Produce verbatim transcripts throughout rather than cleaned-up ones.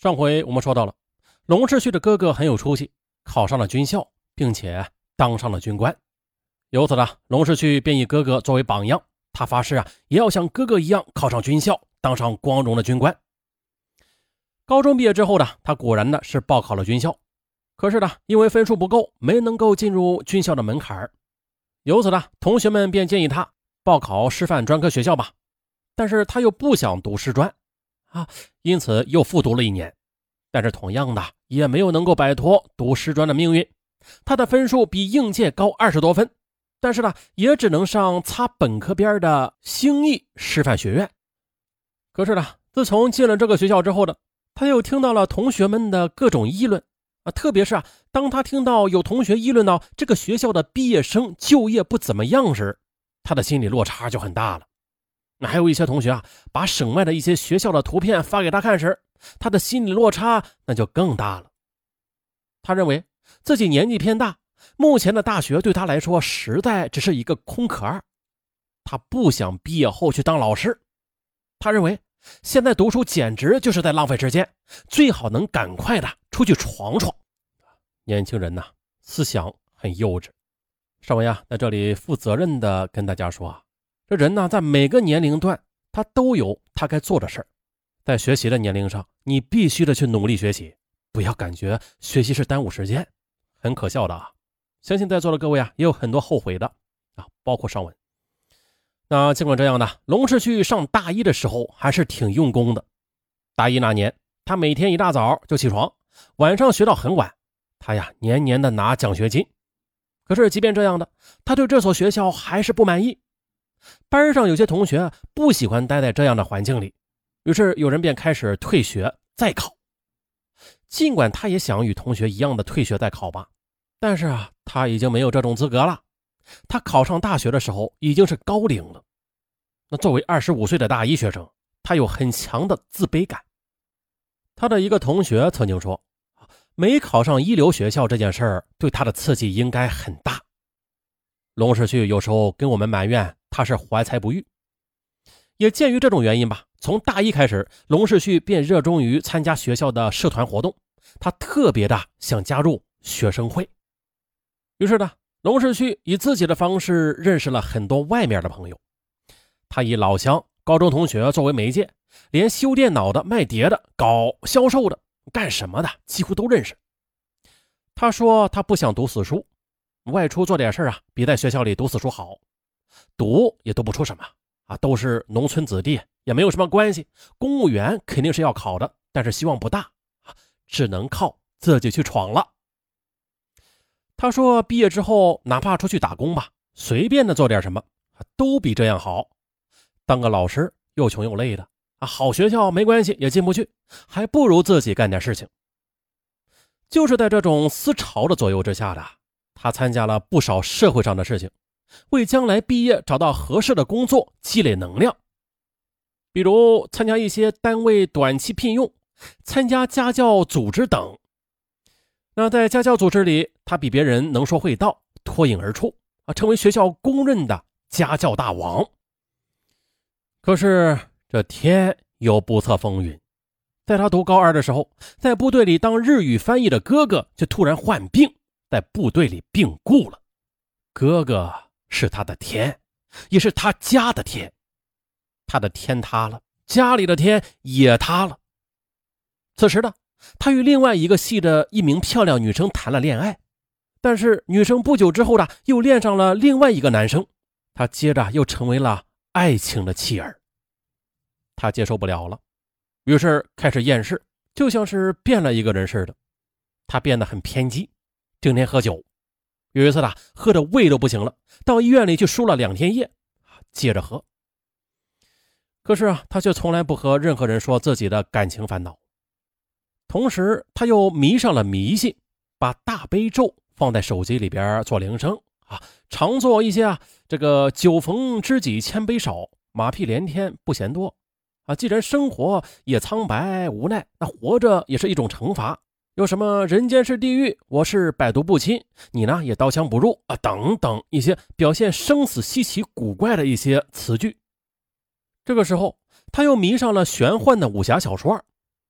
上回我们说到了，龙世旭的哥哥很有出息，考上了军校，并且当上了军官。由此呢，龙世旭便以哥哥作为榜样，他发誓啊，也要像哥哥一样考上军校，当上光荣的军官。高中毕业之后呢，他果然呢是报考了军校，可是呢，因为分数不够，没能够进入军校的门槛。由此呢，同学们便建议他报考师范专科学校吧，但是他又不想读师专啊，因此又复读了一年。但是同样的，也没有能够摆脱读师专的命运。他的分数比应届高二十多分，但是呢，也只能上擦本科边的兴义师范学院。可是呢，自从进了这个学校之后呢，他又听到了同学们的各种议论啊，特别是啊，当他听到有同学议论到这个学校的毕业生就业不怎么样时，他的心理落差就很大了。那还有一些同学啊，把省外的一些学校的图片发给他看时，他的心理落差那就更大了。他认为自己年纪偏大，目前的大学对他来说实在只是一个空壳。他不想毕业后去当老师。他认为现在读书简直就是在浪费时间，最好能赶快的出去闯闯。年轻人呐、啊，思想很幼稚。尚文啊，在这里负责任的跟大家说啊，这人呢，在每个年龄段他都有他该做的事儿。在学习的年龄上，你必须的去努力学习，不要感觉学习是耽误时间，很可笑的啊！相信在座的各位啊，也有很多后悔的啊，包括尚文。那尽管这样呢，龙世旭上大一的时候还是挺用功的。大一那年，他每天一大早就起床，晚上学到很晚，他呀年年的拿奖学金。可是即便这样的，他对这所学校还是不满意。班上有些同学不喜欢待在这样的环境里，于是有人便开始退学再考。尽管他也想与同学一样的退学再考吧，但是啊，他已经没有这种资格了。他考上大学的时候已经是高龄了。那作为二十五岁的大一学生，他有很强的自卑感。他的一个同学曾经说，没考上一流学校这件事儿对他的刺激应该很大。龙世旭有时候跟我们埋怨他是怀才不遇。也鉴于这种原因吧，从大一开始，龙世旭便热衷于参加学校的社团活动，他特别的想加入学生会。于是呢，龙世旭以自己的方式认识了很多外面的朋友。他以老乡、高中同学作为媒介，连修电脑的、卖碟的、搞销售的、干什么的几乎都认识。他说他不想读死书，外出做点事啊，比在学校里读死书好。读也读不出什么啊，都是农村子弟，也没有什么关系。公务员肯定是要考的，但是希望不大啊，只能靠自己去闯了。他说毕业之后哪怕出去打工吧，随便的做点什么都比这样好。当个老师又穷又累的啊，好学校没关系也进不去，还不如自己干点事情。就是在这种思潮的左右之下的，他参加了不少社会上的事情，为将来毕业找到合适的工作积累能量。比如参加一些单位短期聘用，参加家教组织等。那在家教组织里，他比别人能说会道，脱颖而出啊，成为学校公认的家教大王。可是这天有不测风云，在他读高二的时候，在部队里当日语翻译的哥哥却突然患病，在部队里病故了。哥哥是他的天，也是他家的天。他的天塌了，家里的天也塌了。此时的他与另外一个系的一名漂亮女生谈了恋爱，但是女生不久之后的又恋上了另外一个男生，他接着又成为了爱情的弃儿。他接受不了了，于是开始厌世，就像是变了一个人似的。他变得很偏激，整天喝酒。有一次他喝的胃都不行了，到医院里去输了两天液，接着喝。可是啊，他却从来不和任何人说自己的感情烦恼。同时他又迷上了迷信，把大悲咒放在手机里边做铃声啊，常做一些啊这个酒逢知己千杯少，马屁连天不嫌多啊。既然生活也苍白无奈，那活着也是一种惩罚。有什么人间是地狱，我是百毒不侵，你呢也刀枪不入啊，等等一些表现生死稀奇古怪的一些词句。这个时候他又迷上了玄幻的武侠小说，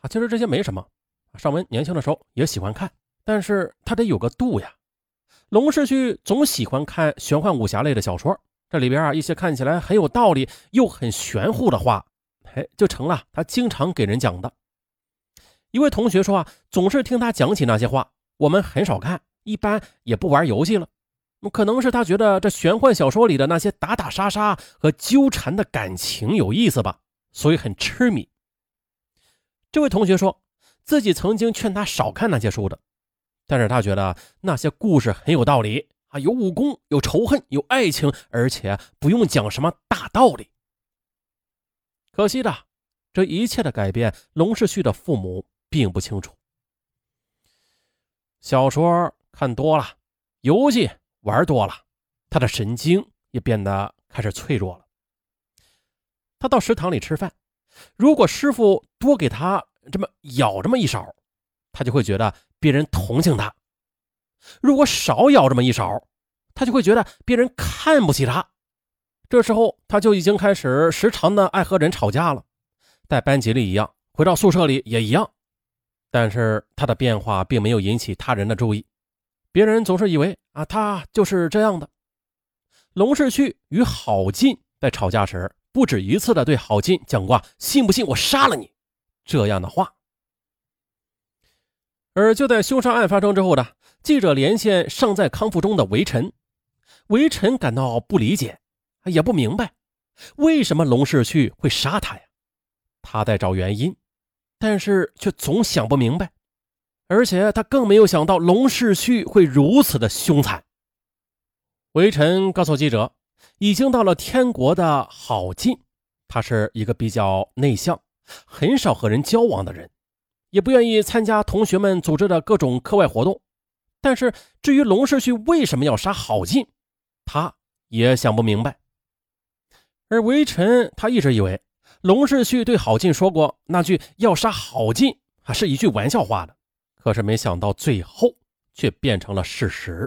啊，其实这些没什么，尚文年轻的时候也喜欢看，但是他得有个度呀。龙世旭总喜欢看玄幻武侠类的小说，这里边啊一些看起来很有道理又很玄乎的话，哎，就成了他经常给人讲的。一位同学说啊，总是听他讲起那些话，我们很少看，一般也不玩游戏了。可能是他觉得这玄幻小说里的那些打打杀杀和纠缠的感情有意思吧，所以很痴迷。这位同学说自己曾经劝他少看那些书的，但是他觉得那些故事很有道理啊，有武功，有仇恨，有爱情，而且不用讲什么大道理。可惜的，这一切的改变，龙世旭的父母并不清楚。小说看多了，游戏玩多了，他的神经也变得开始脆弱了。他到食堂里吃饭，如果师傅多给他这么舀这么一勺，他就会觉得别人同情他；如果少舀这么一勺，他就会觉得别人看不起他。这时候他就已经开始时常的爱和人吵架了，在班级里一样，回到宿舍里也一样。但是他的变化并没有引起他人的注意，别人总是以为啊，他就是这样的。龙世旭与郝进在吵架时，不止一次的对郝进讲过信不信我杀了你这样的话。而就在凶杀案发生之后的，记者连线尚在康复中的韦晨，韦晨感到不理解，也不明白为什么龙世旭会杀他呀。他在找原因，但是却总想不明白，而且他更没有想到龙世旭会如此的凶残。韦晨告诉记者，已经到了天国的郝进，他是一个比较内向，很少和人交往的人，也不愿意参加同学们组织的各种课外活动。但是至于龙世旭为什么要杀郝进，他也想不明白。而韦晨他一直以为龙世旭对郝进说过那句要杀郝进是一句玩笑话的，可是没想到最后却变成了事实。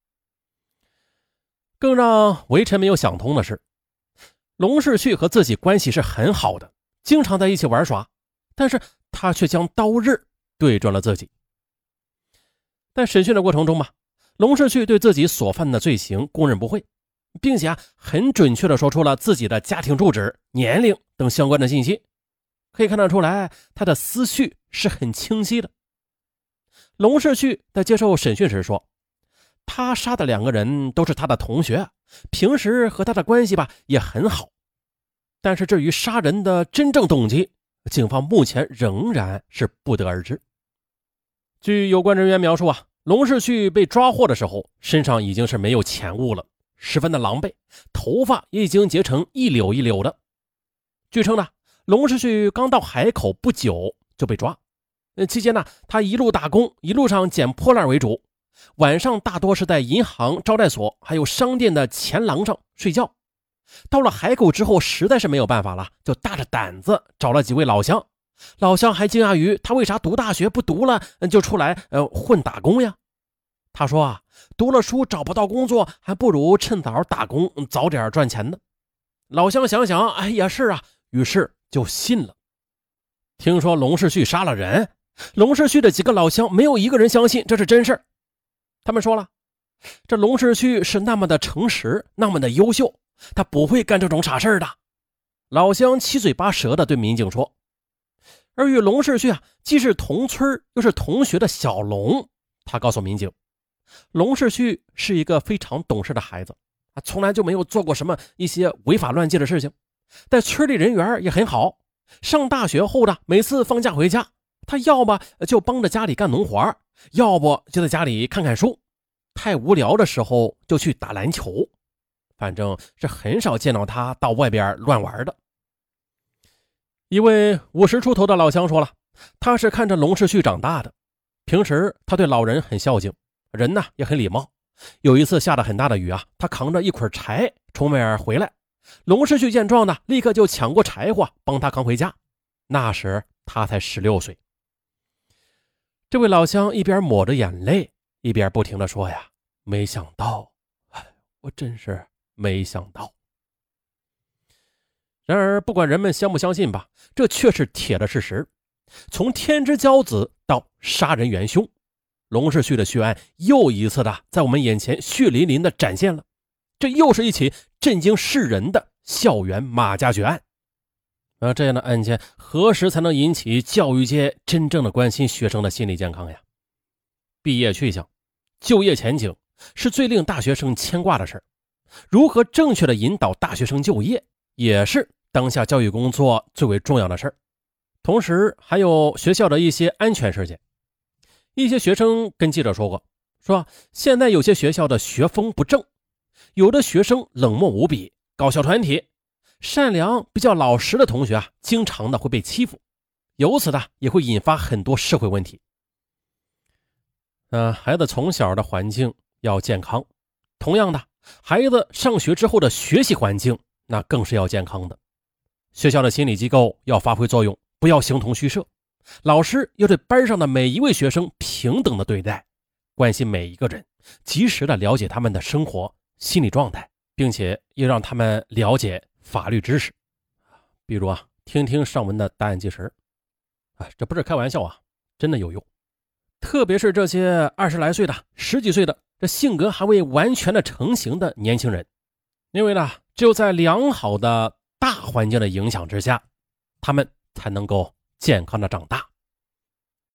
更让韦晨没有想通的是，龙世旭和自己关系是很好的，经常在一起玩耍，但是他却将刀刃对准了自己。在审讯的过程中嘛，龙世旭对自己所犯的罪行供认不讳，并且啊很准确地说出了自己的家庭住址、年龄等相关的信息，可以看得出来他的思绪是很清晰的。龙世旭在接受审讯时说，他杀的两个人都是他的同学，平时和他的关系吧也很好，但是至于杀人的真正动机，警方目前仍然是不得而知。据有关人员描述啊，龙世旭被抓获的时候，身上已经是没有钱物了，十分的狼狈，头发也已经结成一绺一绺的。据称呢，龙世旭刚到海口不久就被抓，期间呢，他一路打工，一路上捡破烂为主，晚上大多是在银行、招待所还有商店的前廊上睡觉。到了海口之后，实在是没有办法了，就大着胆子找了几位老乡。老乡还惊讶于他为啥读大学不读了就出来呃混打工呀。他说啊，读了书找不到工作，还不如趁早打工早点赚钱呢。老乡想想，哎呀是啊，于是就信了。听说龙世旭杀了人，龙世旭的几个老乡没有一个人相信这是真事。他们说了，这龙世旭是那么的诚实，那么的优秀，他不会干这种傻事的。老乡七嘴八舌的对民警说。而与龙世旭啊既是同村又是同学的小龙，他告诉民警，龙世旭是一个非常懂事的孩子，从来就没有做过什么一些违法乱纪的事情，在村里人缘也很好。上大学后的每次放假回家，他要么就帮着家里干农活，要不就在家里看看书，太无聊的时候就去打篮球，反正是很少见到他到外边乱玩的。一位五十出头的老乡说了，他是看着龙世旭长大的，平时他对老人很孝敬，人呢也很礼貌。有一次下了很大的雨啊，他扛着一捆柴从外面回来，龙世旭见状呢，立刻就抢过柴火帮他扛回家。那时他才十六岁。这位老乡一边抹着眼泪，一边不停地说呀，没想到，哎，我真是没想到。然而不管人们相不相信吧，这却是铁的事实。 从天之骄子到杀人元凶，龙世旭的血案又一次的在我们眼前血淋淋的展现了。这又是一起震惊世人的校园马加爵案。而这样的案件何时才能引起教育界真正的关心学生的心理健康呀？毕业去向、就业前景是最令大学生牵挂的事儿，如何正确的引导大学生就业，也是当下教育工作最为重要的事儿。同时还有学校的一些安全事件。一些学生跟记者说过，说现在有些学校的学风不正，有的学生冷漠无比，搞小团体，善良比较老实的同学啊，经常的会被欺负，由此呢也会引发很多社会问题。呃，孩子从小的环境要健康，同样的，孩子上学之后的学习环境那更是要健康的。学校的心理机构要发挥作用，不要形同虚设。老师要对班上的每一位学生平等的对待，关心每一个人，及时的了解他们的生活心理状态，并且也让他们了解法律知识。比如啊，听听上文的答案计时啊，这不是开玩笑啊，真的有用。特别是这些二十来岁的、十几岁的，这性格还未完全的成型的年轻人，因为呢，只有在良好的大环境的影响之下，他们才能够健康的长大。